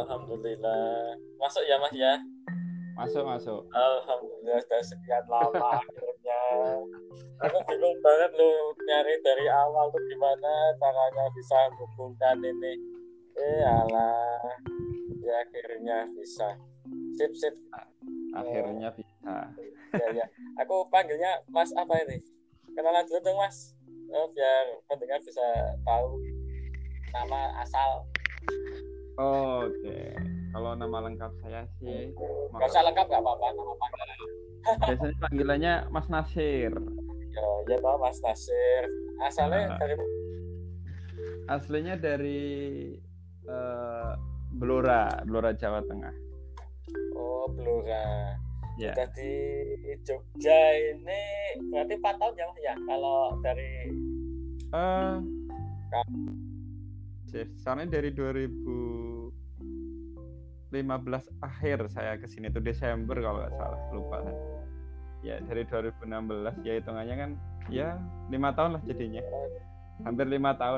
Alhamdulillah. Masuk ya Mas ya? Masuk. Alhamdulillah sudah sekian lama akhirnya. Aku bingung banget loh nyari dari awal tuh gimana caranya bisa hubungkan ini. Alah, ya akhirnya bisa. Sip. Akhirnya bisa. Ya. Aku panggilnya Mas apa ini? Kenalan dulu dong Mas. Biar pendengar bisa tahu nama asal. Oke. Kalau nama lengkap saya sih Gak usah lengkap gak apa-apa nama panggilan. biasanya panggilannya Mas Nasir. Ya toh Mas Nasir. Asalnya dari Aslinya dari Blora, Jawa Tengah. Oh, Blora. Ya. Sudah di Jogja ini berarti 4 tahun ya Mas ya kalau dari Soalnya dari 2015 akhir saya kesini tuh Desember kalau nggak salah, lupa. Ya dari 2016 ya hitungannya kan ya 5 tahun lah jadinya, hampir 5 tahun.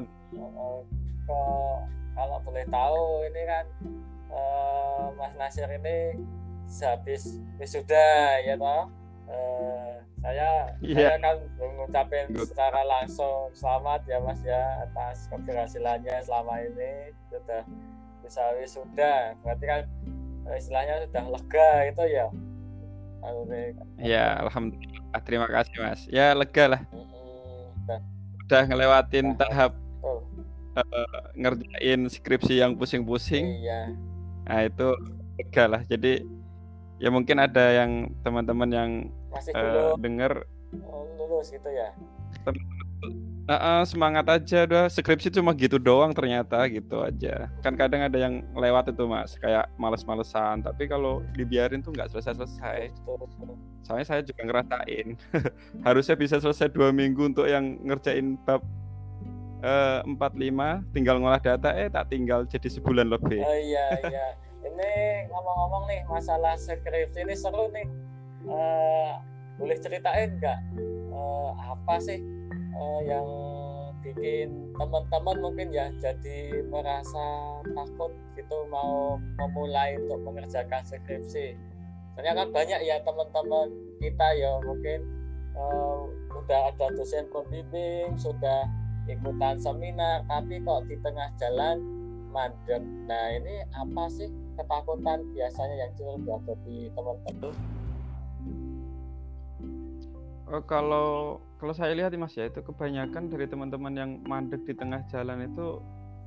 Kalau boleh tahu ini kan Mas Nasir ini sehabis wisuda ya toh. Saya kan mengucapkan secara langsung selamat ya Mas ya atas keberhasilannya selama ini sudah bisa wisuda. Berarti kan istilahnya sudah lega itu ya. Ya alhamdulillah, terima kasih Mas. Ya lega lah. Udah ngelewatin tahap ngerjain skripsi yang pusing-pusing. Iya. Nah itu lega lah. Jadi ya mungkin ada yang teman-teman yang masih belum denger lulus gitu ya. Semangat aja, udah skripsi cuma gitu doang ternyata gitu aja. Kan kadang ada yang lewat itu Mas, kayak males-malesan. Tapi kalau dibiarin tuh nggak selesai-selesai. Soalnya saya juga ngerasain harusnya bisa selesai 2 minggu untuk yang ngerjain bab 45, tinggal ngolah data tak tinggal jadi sebulan lebih. Iya. Ini ngomong-ngomong nih masalah skripsi ini seru nih. Boleh ceritain nggak apa sih yang bikin teman-teman mungkin ya jadi merasa takut gitu mau memulai untuk mengerjakan skripsi? Soalnya kan banyak ya teman-teman kita ya mungkin udah ada dosen pembimbing, sudah ikutan seminar, tapi kok di tengah jalan mandek. Nah ini apa sih ketakutan biasanya yang dihadapi teman-teman? Kalau saya lihat Mas ya, itu kebanyakan dari teman-teman yang mandek di tengah jalan itu,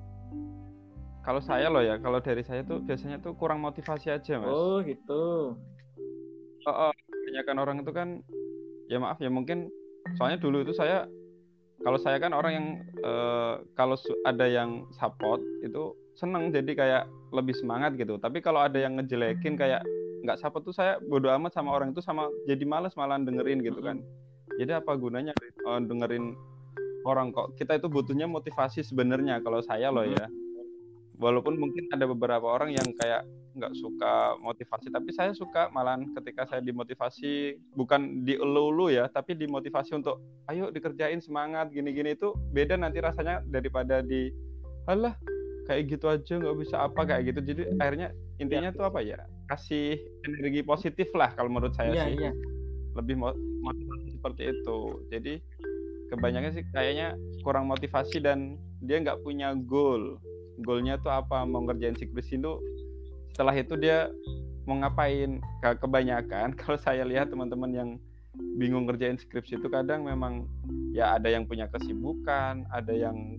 kalau saya loh ya, kalau dari saya tuh biasanya tuh kurang motivasi aja Mas. Oh gitu. Kebanyakan orang itu kan ya maaf ya mungkin soalnya dulu itu kalau saya kan orang yang kalau ada yang support itu seneng, jadi kayak lebih semangat gitu. Tapi kalau ada yang ngejelekin kayak nggak support tuh saya bodo amat sama orang itu, sama jadi males malah dengerin gitu kan. Jadi apa gunanya dengerin orang, kok kita itu butuhnya motivasi sebenarnya kalau saya loh ya. Walaupun mungkin ada beberapa orang yang kayak nggak suka motivasi, tapi saya suka malahan ketika saya dimotivasi, bukan dielu-elu ya, tapi dimotivasi untuk ayo dikerjain, semangat gini-gini, itu beda nanti rasanya daripada alah kayak gitu aja nggak bisa apa kayak gitu. Jadi akhirnya intinya tuh apa ya, kasih energi positif lah kalau menurut saya sih. Iya. Lebih motivasi seperti itu. Jadi kebanyakan sih kayaknya kurang motivasi dan dia nggak punya goalnya tuh apa, mau ngerjain skripsi itu, setelah itu dia mau ngapain. Kebanyakan kalau saya lihat teman-teman yang bingung ngerjain skripsi itu kadang memang ya ada yang punya kesibukan, ada yang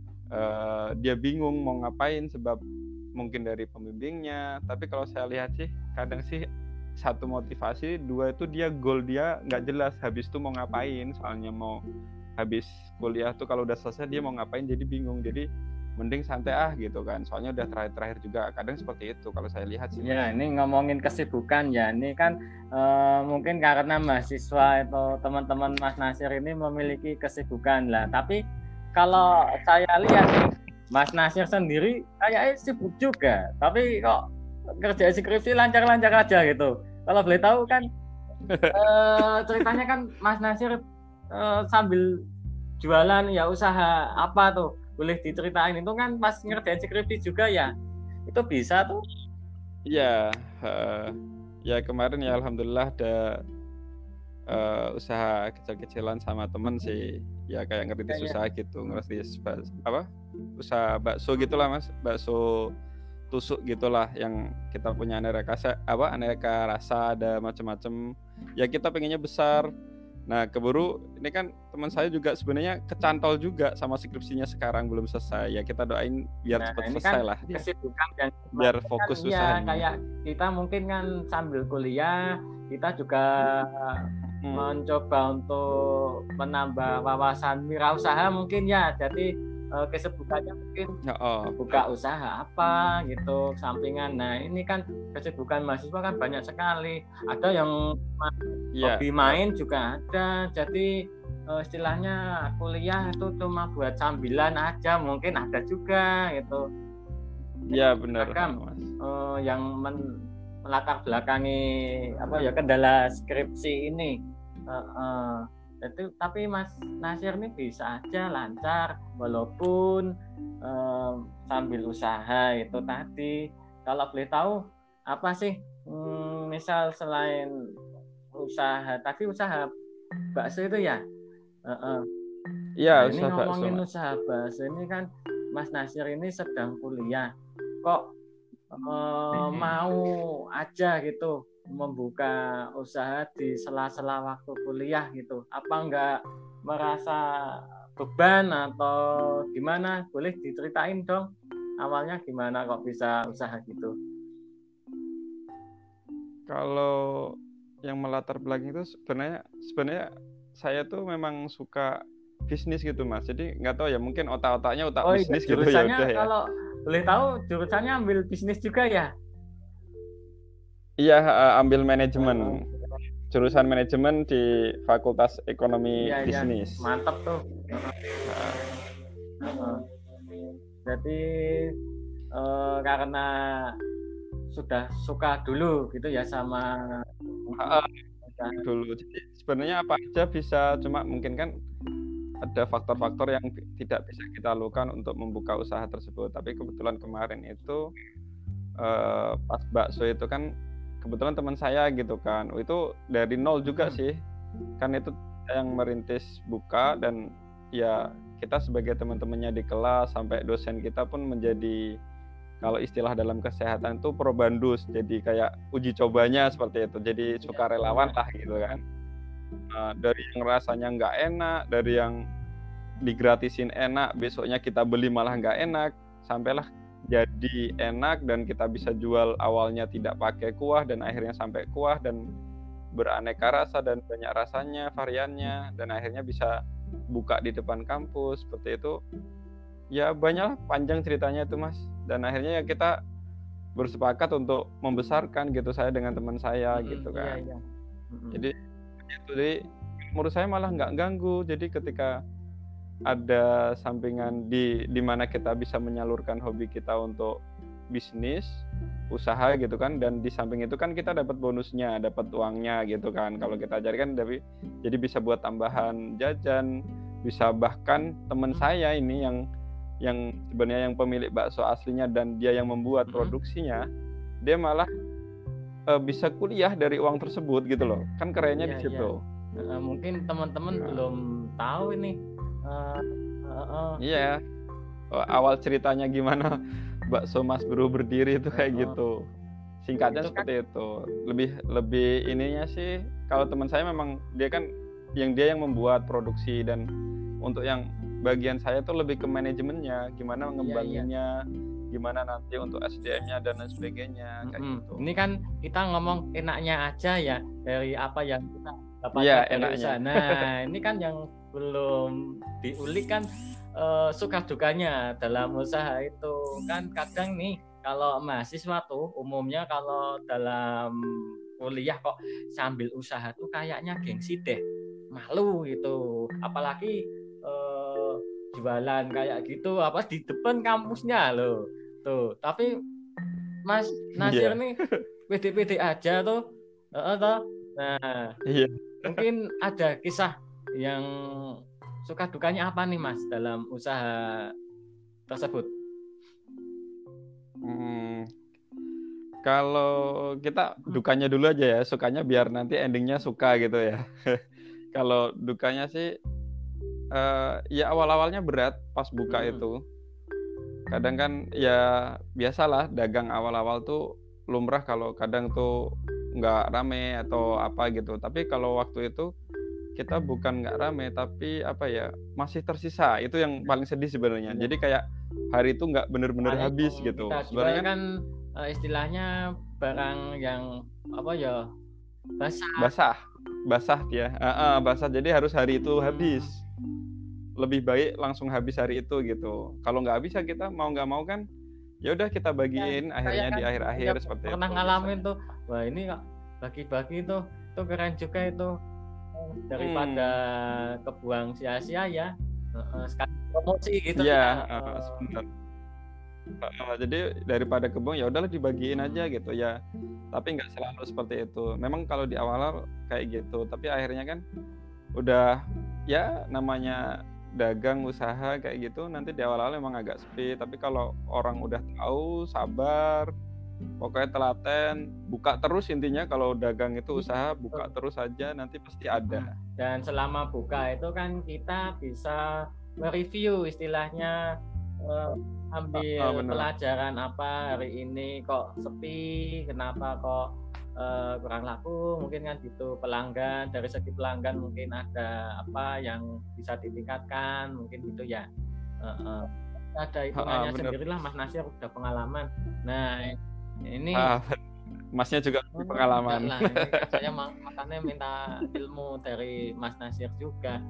dia bingung mau ngapain sebab mungkin dari pembimbingnya. Tapi kalau saya lihat sih kadang sih satu motivasi, dua itu goal dia nggak jelas habis itu mau ngapain. Soalnya mau habis kuliah tuh kalau udah selesai dia mau ngapain jadi bingung. Jadi mending santai gitu kan, soalnya udah terakhir juga, kadang seperti itu kalau saya lihat sih. Ya ini ngomongin kesibukan ya, ini kan mungkin karena mahasiswa atau teman-teman Mas Nasir ini memiliki kesibukan lah. Tapi kalau saya lihat Mas Nasir sendiri kayaknya sibuk juga, tapi kok kerja skripsi lancar-lancar aja gitu. Kalau boleh tahu kan ceritanya kan Mas Nasir sambil jualan ya, usaha apa tuh? Boleh diceritain? Itu kan pas ngerjain skripsi juga ya. Itu bisa tuh. Iya, ya kemarin ya alhamdulillah ada usaha kecil-kecilan sama temen sih, ya kayak ngerintis Iya. usaha gitu, ngerintis apa usaha bakso gitulah Mas, bakso tusuk gitulah yang kita punya aneka rasa ada macam-macam, ya kita pengennya besar. Nah keburu ini kan teman saya juga sebenarnya kecantol juga sama skripsinya sekarang belum selesai, ya kita doain biar Nah, cepat ini selesai kan lah dia, kesibukan kan. biar Kan fokus ya usahanya. kayak kita mungkin kan sambil kuliah, kita juga mencoba untuk menambah wawasan wirausaha mungkin ya. Jadi kesibukannya mungkin buka usaha apa gitu sampingan. Nah, ini kan kesibukan mahasiswa kan banyak sekali. Ada yang hobi main juga ada. Jadi istilahnya kuliah itu cuma buat sambilan aja mungkin ada juga gitu. Iya benar Mas. Yang melatar belakangi apa ya kendala skripsi ini. Tapi Mas Nasir ini bisa aja lancar walaupun sambil usaha itu tadi. Kalau boleh tahu apa sih misal selain usaha tadi usaha bakso itu ya? Iya, Nah, ini usaha ngomongin bakso. usaha bakso ini kan Mas Nasir ini sedang kuliah. Kok mau aja gitu membuka usaha di sela-sela waktu kuliah gitu? Apa enggak merasa beban atau gimana? Boleh diceritain dong awalnya gimana kok bisa usaha gitu? Kalau yang melatar belakang itu sebenarnya saya tuh memang suka bisnis gitu Mas. Jadi nggak tahu ya mungkin otak-otaknya bisnis gitu ya udah ya. Kalau boleh tahu jurusannya ambil bisnis juga ya? Iya, ambil manajemen. Jurusan manajemen di Fakultas Ekonomi Bisnis. Iya. Mantap tuh. Jadi karena sudah suka dulu gitu ya sama dulu. Jadi sebenarnya apa aja bisa, cuma mungkin kan ada faktor-faktor yang tidak bisa kita lakukan untuk membuka usaha tersebut. Tapi kebetulan kemarin itu pas bakso itu kan kebetulan teman saya gitu kan, itu dari nol juga sih, kan itu yang merintis buka dan ya kita sebagai teman-temannya di kelas sampai dosen kita pun menjadi kalau istilah dalam kesehatan itu probandus, jadi kayak uji cobanya seperti itu, jadi sukarelawan lah gitu kan. Dari yang rasanya nggak enak, dari yang digratisin enak, besoknya kita beli malah nggak enak, sampailah jadi enak dan kita bisa jual awalnya tidak pakai kuah dan akhirnya sampai kuah dan beraneka rasa dan banyak rasanya, variannya, dan akhirnya bisa buka di depan kampus seperti itu. Ya banyaklah panjang ceritanya itu Mas, dan akhirnya ya kita bersepakat untuk membesarkan gitu saya dengan teman saya gitu kan. Iya. Jadi menurut saya malah nggak ganggu. Jadi ketika ada sampingan di mana kita bisa menyalurkan hobi kita untuk bisnis, usaha gitu kan, dan di samping itu kan kita dapat bonusnya, dapat uangnya gitu kan. Kalau kita cari kan jadi bisa buat tambahan jajan, bisa bahkan teman saya ini yang sebenarnya yang pemilik bakso aslinya dan dia yang membuat produksinya, dia malah bisa kuliah dari uang tersebut gitu loh. Kan kerennya di situ. Mungkin teman-teman belum tahu ini. Iya. Awal ceritanya gimana bakso Mas Bro berdiri itu kayak gitu. Singkatnya itu seperti itu. Lebih ininya sih kalau teman saya memang dia yang membuat produksi, dan untuk yang bagian saya tuh lebih ke manajemennya, gimana mengembanginnya, gimana nanti untuk SDM-nya dan lain sebagainya kayak gitu. Ini kan kita ngomong enaknya aja ya, dari apa yang kita dapat dari usaha. Nah, ini kan yang belum diulik kan suka dukanya dalam usaha itu. Kan kadang nih kalau mahasiswa tuh umumnya kalau dalam kuliah kok sambil usaha tuh kayaknya gengsi deh, malu gitu. Apalagi jualan kayak gitu apa di depan kampusnya loh tuh. Tapi Mas Nasir nih pede-pede aja tuh. Nah, mungkin ada kisah yang suka dukanya apa nih Mas dalam usaha tersebut? Kalau kita dukanya dulu aja ya, sukanya biar nanti endingnya suka gitu ya. Kalau dukanya sih ya awal-awalnya berat pas buka itu. Kadang kan ya biasalah dagang awal-awal tuh lumrah kalau kadang tuh nggak rame atau apa gitu. Tapi kalau waktu itu kita bukan nggak rame tapi apa ya masih tersisa. Itu yang paling sedih sebenarnya. Jadi kayak hari itu nggak bener-bener Soalnya habis yang gitu. kita jual Sebenarnya kan kan istilahnya barang yang apa ya, basah dia. Basah jadi harus hari itu habis. Lebih baik langsung habis hari itu gitu. Kalau nggak habis ya kita mau nggak mau kan ya udah kita bagiin akhirnya kan di akhir-akhir seperti itu. pernah ngalamin tuh, wah ini kok bagi-bagi tuh keren juga itu, daripada kebuang sia-sia ya. Sekali promosi gitu ya. ya. Sebentar. Jadi daripada kebuang ya udahlah dibagiin aja gitu ya. Tapi nggak selalu seperti itu. Memang kalau di awal kayak gitu, tapi akhirnya kan udah ya namanya dagang usaha kayak gitu nanti di awal-awal memang agak sepi, tapi kalau orang udah tahu sabar pokoknya telaten buka terus intinya kalau dagang itu usaha buka terus aja nanti pasti ada. Dan selama buka itu kan kita bisa mereview istilahnya, ambil pelajaran apa hari ini kok sepi, kenapa kok kurang laku, mungkin kan gitu. Pelanggan, dari segi pelanggan mungkin ada apa yang bisa ditingkatkan, mungkin gitu ya. Ada hitungannya sendirilah, Mas Nasir udah pengalaman. Nah ini Masnya juga pengalaman. Lah, ini kan saya makanya minta ilmu dari Mas Nasir juga.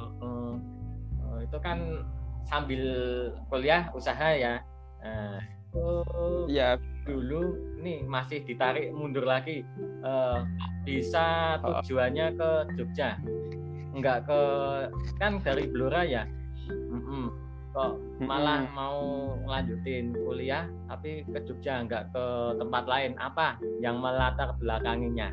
Itu kan sambil kuliah usaha ya. Itu ya dulu nih masih ditarik mundur lagi, bisa tujuannya ke Jogja, enggak ke kan dari Blora ya, kok malah mau lanjutin kuliah tapi ke Jogja enggak ke tempat lain, apa yang melatar belakanginya?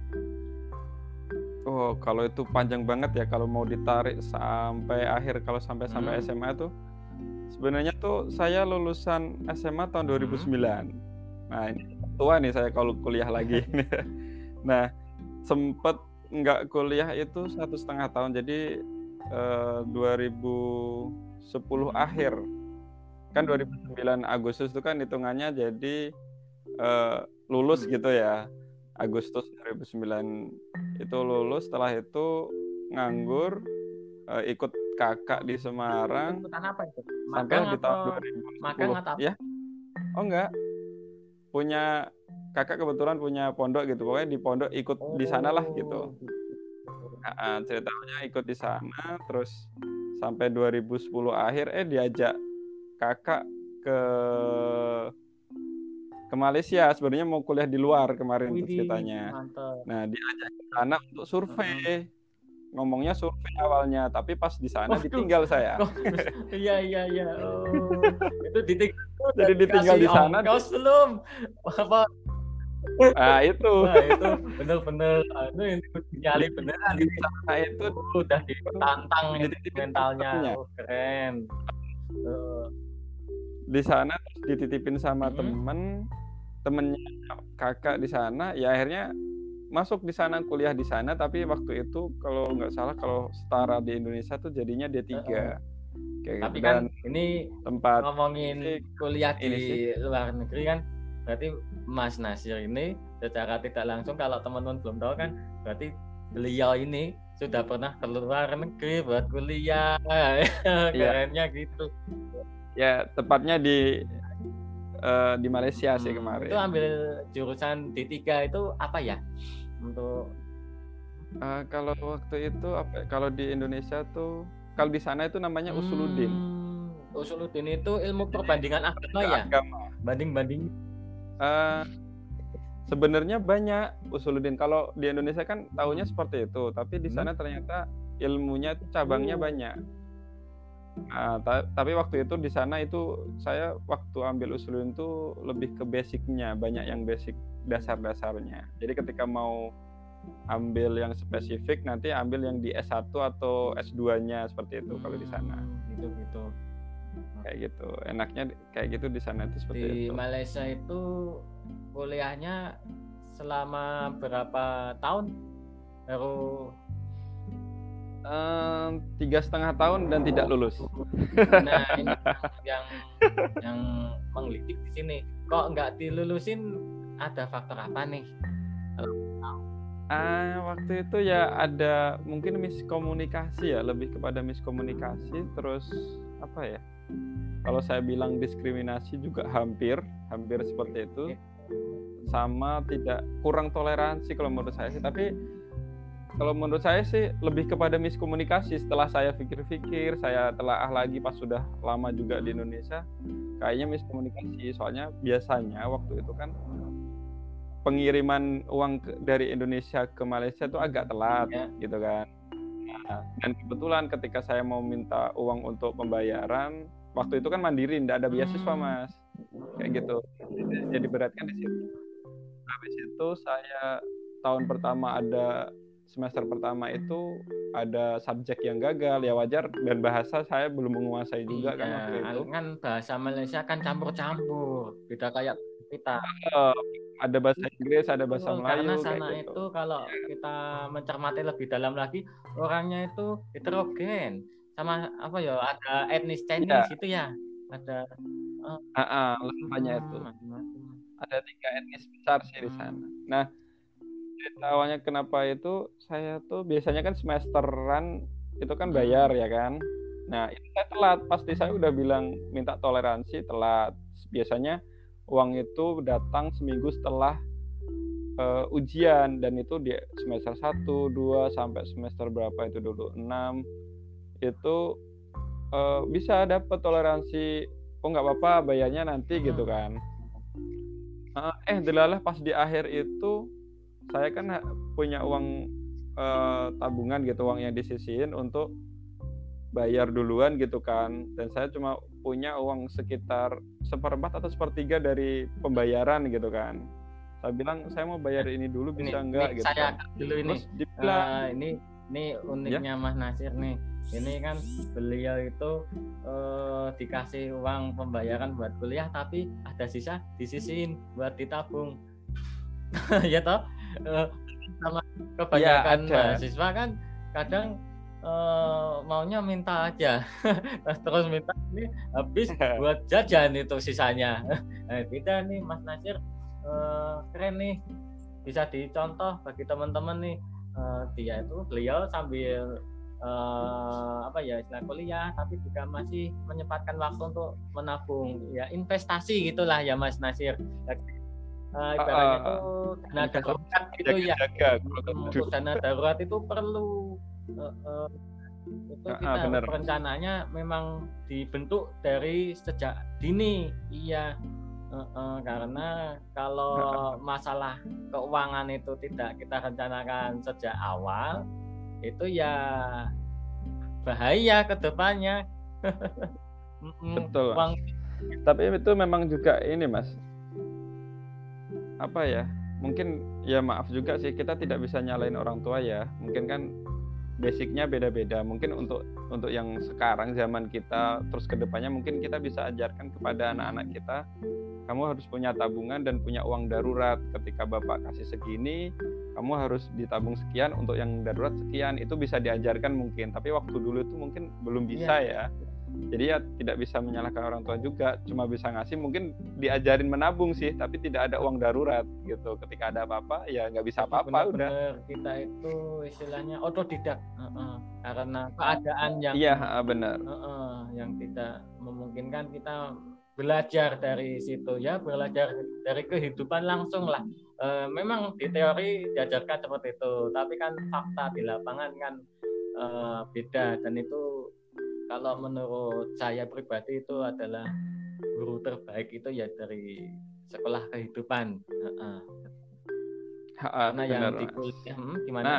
Oh kalau itu panjang banget ya kalau mau ditarik sampai akhir, kalau sampai SMA tuh sebenarnya tuh saya lulusan SMA tahun 2009. Nah ini tua nih saya kalau kuliah lagi. Nah sempet nggak kuliah itu 1,5 tahun, jadi 2010 akhir kan 2009 Agustus itu kan hitungannya jadi lulus gitu ya. Agustus 2009 itu lulus, setelah itu nganggur, ikut kakak di Semarang. Apa itu? Sampai di tahun 2010 magang atau ya? Oh enggak, punya kakak kebetulan punya pondok gitu, pokoknya di pondok ikut di sana lah gitu. Ceritanya ikut di sana terus sampai 2010 akhir diajak kakak ke Malaysia, sebenarnya mau kuliah di luar kemarin tuh ceritanya. Nah diajak ke sana untuk survei, ngomongnya survei awalnya, tapi pas di sana ditinggal saya. Iya. Itu ditinggal. Jadi ditinggal di sana. Kau belum apa? Nah itu bener-bener itu nyali beneran. Di sana itu udah ditantang mentalnya. Keren. Di sana dititipin sama temennya kakak di sana, ya akhirnya masuk di sana, kuliah di sana. Tapi waktu itu kalau nggak salah kalau setara di Indonesia tuh jadinya D3. Kayak tapi gitu. Kan ini tempat ngomongin kuliah di luar negeri kan, berarti Mas Nasir ini secara tidak langsung, kalau teman-teman belum tahu kan, berarti beliau ini sudah pernah ke luar negeri buat kuliah. Kerennya gitu. Ya tepatnya di Malaysia sih kemarin. Itu ambil jurusan D3 itu apa ya? Untuk kalau waktu itu apa? Kalau di Indonesia tuh, kalau di sana itu namanya Usuluddin. Usuluddin itu ilmu perbandingan agama ya? Banding-banding. Sebenarnya banyak Usuluddin. Kalau di Indonesia kan tahunya seperti itu, tapi di sana ternyata ilmunya itu cabangnya banyak. Nah, tapi waktu itu di sana itu saya waktu ambil Usuluddin itu lebih ke basicnya, banyak yang basic dasar-dasarnya. Jadi ketika mau ambil yang spesifik nanti ambil yang di S1 atau S2-nya seperti itu kalau di sana. Gitu. Kayak gitu. Enaknya kayak gitu di sana itu seperti itu. Di Malaysia itu kuliahnya selama berapa tahun baru 3,5 tahun dan tidak lulus. Nah, ini yang menggelitik di sini. Kok nggak dilulusin? Ada faktor apa nih? Waktu itu ya ada mungkin miskomunikasi ya, lebih kepada miskomunikasi. Terus apa ya? Kalau saya bilang diskriminasi juga hampir seperti itu. Sama tidak kurang toleransi kalau menurut saya sih. Tapi kalau menurut saya sih lebih kepada miskomunikasi. Setelah saya pikir-pikir, saya telaah lagi pas sudah lama juga di Indonesia, kayaknya miskomunikasi. Soalnya biasanya waktu itu kan pengiriman uang dari Indonesia ke Malaysia itu agak telat gitu kan. Nah, dan kebetulan ketika saya mau minta uang untuk pembayaran, waktu itu kan mandiri, tidak ada beasiswa Mas, kayak gitu. Jadi berat kan di situ. Habis itu saya tahun pertama semester pertama itu ada subjek yang gagal, ya wajar, dan bahasa saya belum menguasai juga kan waktu itu. Kan bahasa Malaysia kan campur-campur, beda kayak kita. Ada bahasa Inggris, ada bahasa Melayu. Karena sana kayak gitu. itu kalau kita mencermati lebih dalam lagi, orangnya itu heterogen, sama apa ya, ada etnis Chinese gitu ya, ada. Lebih banyak itu. Ada 3 etnis besar sih di sana. Nah, awalnya kenapa itu saya tuh biasanya kan semesteran itu kan bayar ya kan. Nah itu saya telat, pasti saya udah bilang minta toleransi, telat. Biasanya uang itu datang seminggu setelah ujian, dan itu di semester 1, 2 sampai semester berapa itu dulu 6 itu bisa dapat toleransi. Oh nggak apa-apa, bayarnya nanti gitu kan. Delalah pas di akhir itu saya kan punya uang tabungan gitu, uang yang disisihin untuk bayar duluan gitu kan, dan saya cuma punya uang sekitar 1/4 atau 1/3 dari pembayaran gitu kan. Saya bilang saya mau bayar ini dulu, bisa enggak gitu. Saya dulu ini. Terus dibilang, ini uniknya ya? Mas Nasir nih. Ini kan beliau itu dikasih uang pembayaran buat kuliah, tapi ada sisa disisihin buat ditabung. Ya toh? Sama kebanyakan mahasiswa kan kadang maunya minta aja terus minta ini habis buat jajan itu sisanya. Beda nih Mas Nasir, keren nih, bisa dicontoh bagi teman-teman nih. Beliau sambil istilah kuliah, tapi juga masih menyempatkan waktu untuk menabung, ya investasi gitulah ya Mas Nasir. Ibaratnya itu dana darurat itu ya. Untuk dana darurat itu perlu itu kita rencananya memang dibentuk dari sejak dini. Iya. Karena kalau masalah keuangan itu tidak kita rencanakan sejak awal, itu ya bahaya ke depannya. Betul. Tapi itu memang juga ini Mas, apa ya, mungkin ya maaf juga sih, kita tidak bisa nyalain orang tua ya, mungkin kan basicnya beda-beda. Mungkin untuk yang sekarang zaman kita, terus kedepannya mungkin kita bisa ajarkan kepada anak-anak kita, kamu harus punya tabungan dan punya uang darurat. Ketika bapak kasih segini, kamu harus ditabung sekian untuk yang darurat sekian. Itu bisa diajarkan mungkin, tapi waktu dulu itu mungkin belum bisa ya. Jadi ya tidak bisa menyalahkan orang tua juga, cuma bisa ngasih, mungkin diajarin menabung sih, tapi tidak ada uang darurat gitu. Ketika ada apa-apa ya nggak bisa apa-apa. Udah kita itu istilahnya otodidak, karena keadaan yang benar, yang tidak memungkinkan kita belajar dari situ ya, belajar dari kehidupan langsung lah. Memang di teori diajarkan seperti itu, tapi kan fakta di lapangan kan beda, dan itu kalau menurut saya pribadi itu adalah guru terbaik itu ya dari sekolah kehidupan. Karena yang di kuliah gimana?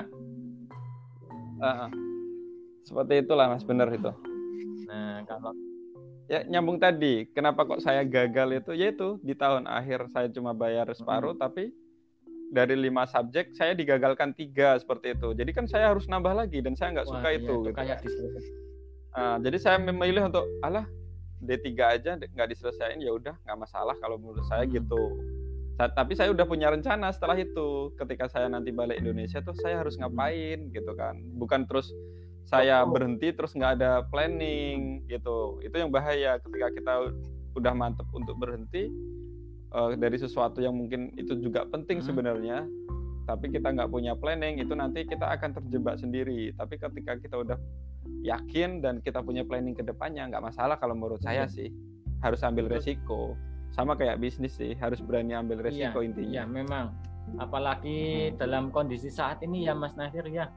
Seperti itulah Mas, benar itu. Nah, kalau ya nyambung tadi, kenapa kok saya gagal itu, yaitu di tahun akhir saya cuma bayar separuh, tapi dari 5 subjek saya digagalkan 3 seperti itu. Jadi kan saya harus nambah lagi, dan saya nggak suka itu gitu. Kayak Jadi saya memilih untuk D3 aja nggak diselesaikan, ya udah nggak masalah kalau menurut saya gitu. Tapi saya udah punya rencana setelah itu. Ketika saya nanti balik Indonesia tuh saya harus ngapain gitu kan. Bukan terus saya berhenti terus nggak ada planning gitu. Itu yang bahaya ketika kita udah mantep untuk berhenti dari sesuatu yang mungkin itu juga penting sebenarnya. Tapi kita nggak punya planning, itu nanti kita akan terjebak sendiri. Tapi ketika kita udah yakin dan kita punya planning ke depannya, nggak masalah kalau menurut saya sih. Harus ambil resiko. Sama kayak bisnis sih, harus berani ambil resiko intinya. Iya, memang. Apalagi dalam kondisi saat ini ya Mas Nasir ya,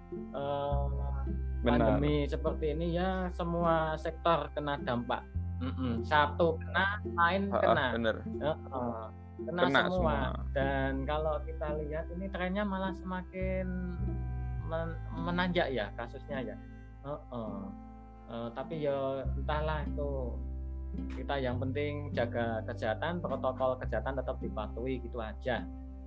pandemi seperti ini ya, semua sektor kena dampak. Satu kena, lain kena. Bener. Kena semua. Dan kalau kita lihat ini trennya malah semakin menanjak ya kasusnya ya. Tapi ya entahlah itu, kita yang penting jaga kesehatan, protokol kesehatan tetap dipatuhi gitu aja.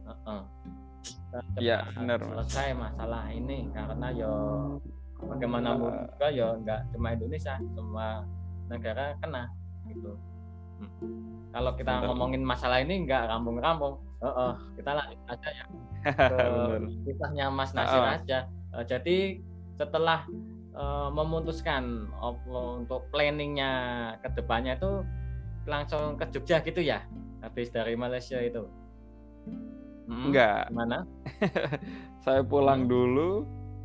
Iya benar. Selesai masalah ini, karena ya bagaimanapun juga ya nggak cuma Indonesia, semua negara kena gitu. Kalau kita ngomongin masalah ini nggak rampung-rampung, kita lanjut aja ya ke kisahnya Mas Nasir aja. Jadi setelah memutuskan untuk planningnya ke depannya itu langsung ke Jogja gitu ya, habis dari Malaysia itu? Enggak. Gimana? Saya pulang dulu.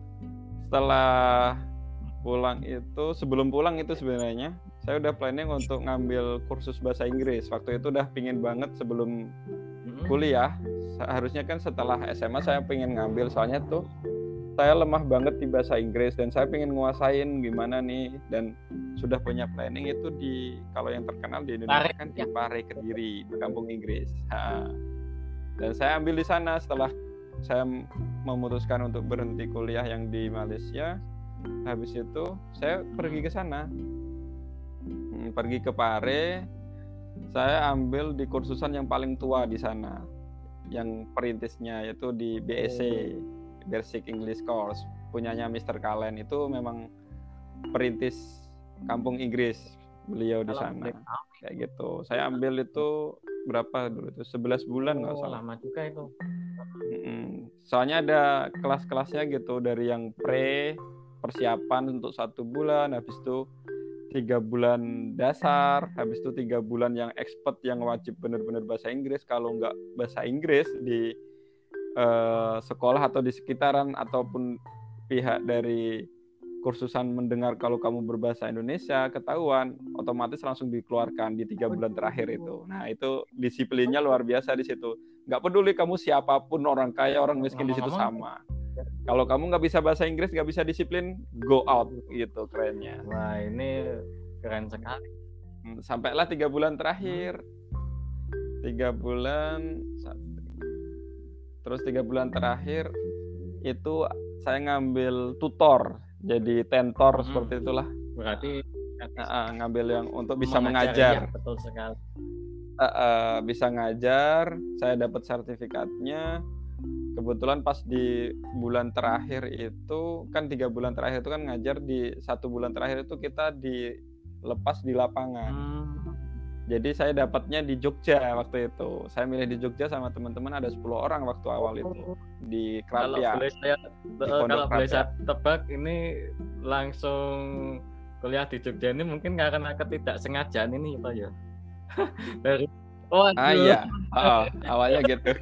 Setelah pulang itu, sebelum pulang itu sebenarnya saya udah planning untuk ngambil kursus bahasa Inggris. Waktu itu udah pingin banget sebelum kuliah. Harusnya kan setelah SMA saya pengen ngambil, soalnya tuh saya lemah banget di bahasa Inggris dan saya pengen nguasain gimana nih, dan sudah punya planning itu di, kalau yang terkenal di Indonesia kan di Pare, Kediri, di kampung Inggris. Dan saya ambil di sana setelah saya memutuskan untuk berhenti kuliah yang di Malaysia. Habis itu saya pergi ke sana, pergi ke Pare. Saya ambil di kursusan yang paling tua di sana, yang perintisnya yaitu di BEC, Basic English Course, punyanya Mr. Kalen. Itu memang perintis kampung Inggris, beliau di sana. Kayak gitu. Saya ambil itu berapa dulu itu? 11 bulan nggak salah. Lama juga itu. Soalnya ada kelas-kelasnya gitu, dari yang persiapan untuk 1 bulan, habis itu 3 bulan dasar, habis itu 3 bulan yang expert yang wajib benar-benar bahasa Inggris. Kalau nggak bahasa Inggris di sekolah atau di sekitaran ataupun pihak dari kursusan mendengar kalau kamu berbahasa Indonesia ketahuan, otomatis langsung dikeluarkan di 3 bulan terakhir itu. Nah itu disiplinnya luar biasa di situ. Nggak peduli kamu siapapun, orang kaya, orang miskin, di situ sama. Kalau kamu nggak bisa bahasa Inggris, nggak bisa disiplin, go out gitu kerennya. Wah ini keren sekali. Sampailah 3 bulan terakhir, 3 bulan. Terus 3 bulan terakhir itu saya ngambil tutor, jadi tentor seperti itulah. Berarti ngambil yang untuk bisa mengajar. Ya, betul sekali. Bisa ngajar, saya dapat sertifikatnya. Kebetulan pas di bulan terakhir itu kan 3 bulan terakhir itu kan ngajar, di 1 bulan terakhir itu kita dilepas di lapangan. Jadi saya dapatnya di Jogja waktu itu. Saya milih di Jogja sama teman-teman, ada 10 orang waktu awal itu di Krapia. Kalau boleh saya tebak, ini langsung kuliah di Jogja ini mungkin karena ketidaksengajaan ini Pak ya. Dari iya. Awalnya gitu.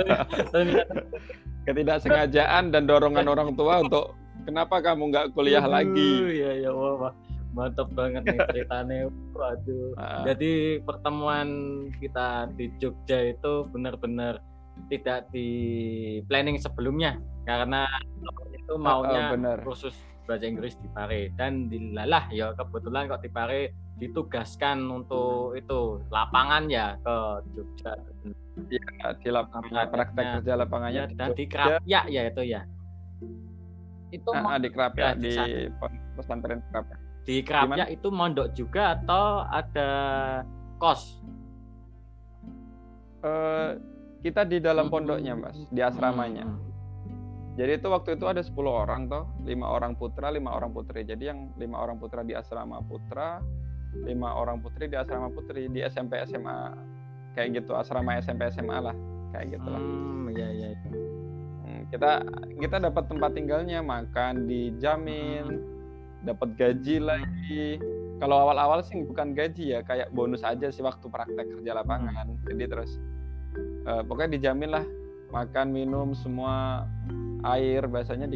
Ketidaksengajaan dan dorongan orang tua untuk kenapa kamu nggak kuliah lagi. Iya, wah. Mantap banget nih ceritanya. Waduh. Jadi pertemuan kita di Jogja itu benar-benar tidak di planning sebelumnya, karena itu maunya kursus bahasa Inggris di Pare, dan dilalah ya kebetulan kok di Pare ditugaskan untuk itu lapangan ya ke Jogja. Iya, di lapangan praktek kerja lapangannya dan di Krapia ya itu ya. Itu di Krapia, di pesantren Krapia. Di Krapia itu mondok juga atau ada kos? Kita di dalam pondoknya, Mas, di asramanya. Jadi itu waktu itu ada 10 orang toh, 5 orang putra, 5 orang putri. Jadi yang 5 orang putra di asrama putra, 5 orang putri di asrama putri, di SMP SMA kayak gitu, asrama SMP SMA lah. kayak gitu lah. Iya. Kita dapat tempat tinggalnya, makan dijamin, dapat gaji lagi. Kalau awal-awal sih bukan gaji ya, kayak bonus aja sih waktu praktek kerja lapangan. Jadi terus pokoknya dijamin lah, makan minum semua, air biasanya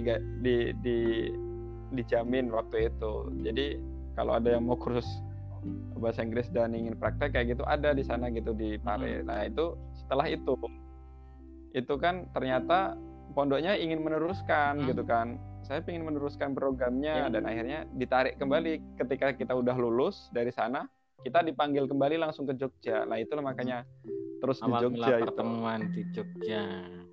dijamin waktu itu. Jadi kalau ada yang mau kursus bahasa Inggris dan ingin praktek kayak gitu, ada di sana gitu di Pare. Nah itu setelah itu kan ternyata pondoknya ingin meneruskan gitu kan. Saya ingin meneruskan programnya dan akhirnya ditarik kembali. Ketika kita udah lulus dari sana, kita dipanggil kembali langsung ke Jogja. Nah itulah makanya terus di Jogja itu. Pertemuan di Jogja.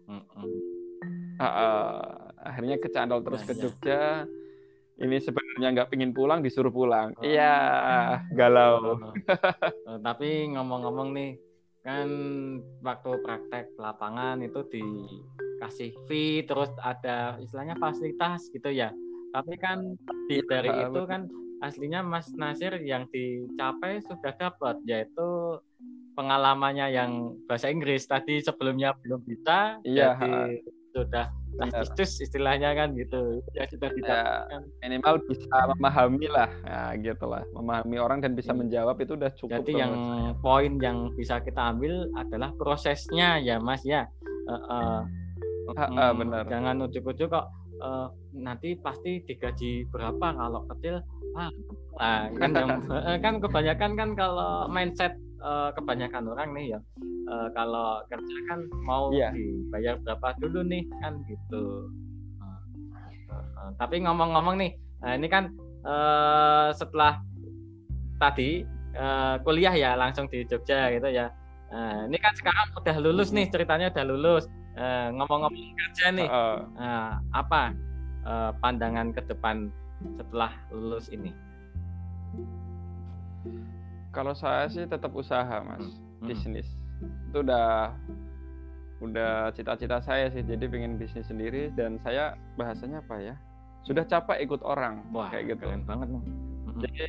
Akhirnya kecantol terus ke Jogja. Ini sebenarnya nggak pingin pulang, disuruh pulang. Iya, galau. Tapi ngomong-ngomong nih, kan waktu praktek lapangan itu dikasih fee, terus ada istilahnya fasilitas gitu ya. Tapi kan dari itu kan aslinya Mas Nasir yang dicapai sudah dapat, yaitu pengalamannya yang bahasa Inggris tadi sebelumnya belum bisa, jadi sudah status istilahnya kan gitu ya, sudah didapatkan. Minimal bisa memahami lah, ya gitulah, memahami orang dan bisa menjawab itu udah cukup. Jadi yang poin yang bisa kita ambil adalah prosesnya ya Mas ya. Benar. Jangan ujuk-ujuk kok nanti pasti digaji berapa kalau kecil. Kan kebanyakan kan kalau mindset kebanyakan orang nih ya, kalau kerja kan mau dibayar berapa dulu nih kan gitu. Tapi ngomong-ngomong nih, ini kan setelah tadi kuliah ya langsung di Jogja gitu ya. Ini kan sekarang udah lulus nih, ceritanya udah lulus. Ngomong-ngomong kerja nih, apa pandangan ke depan setelah lulus ini? Kalau saya sih tetap usaha Mas, bisnis. Itu udah cita-cita saya sih, jadi pengen bisnis sendiri. Dan saya bahasanya apa ya, sudah capek ikut orang. Wah, kayak gitu. Keren banget nih. Jadi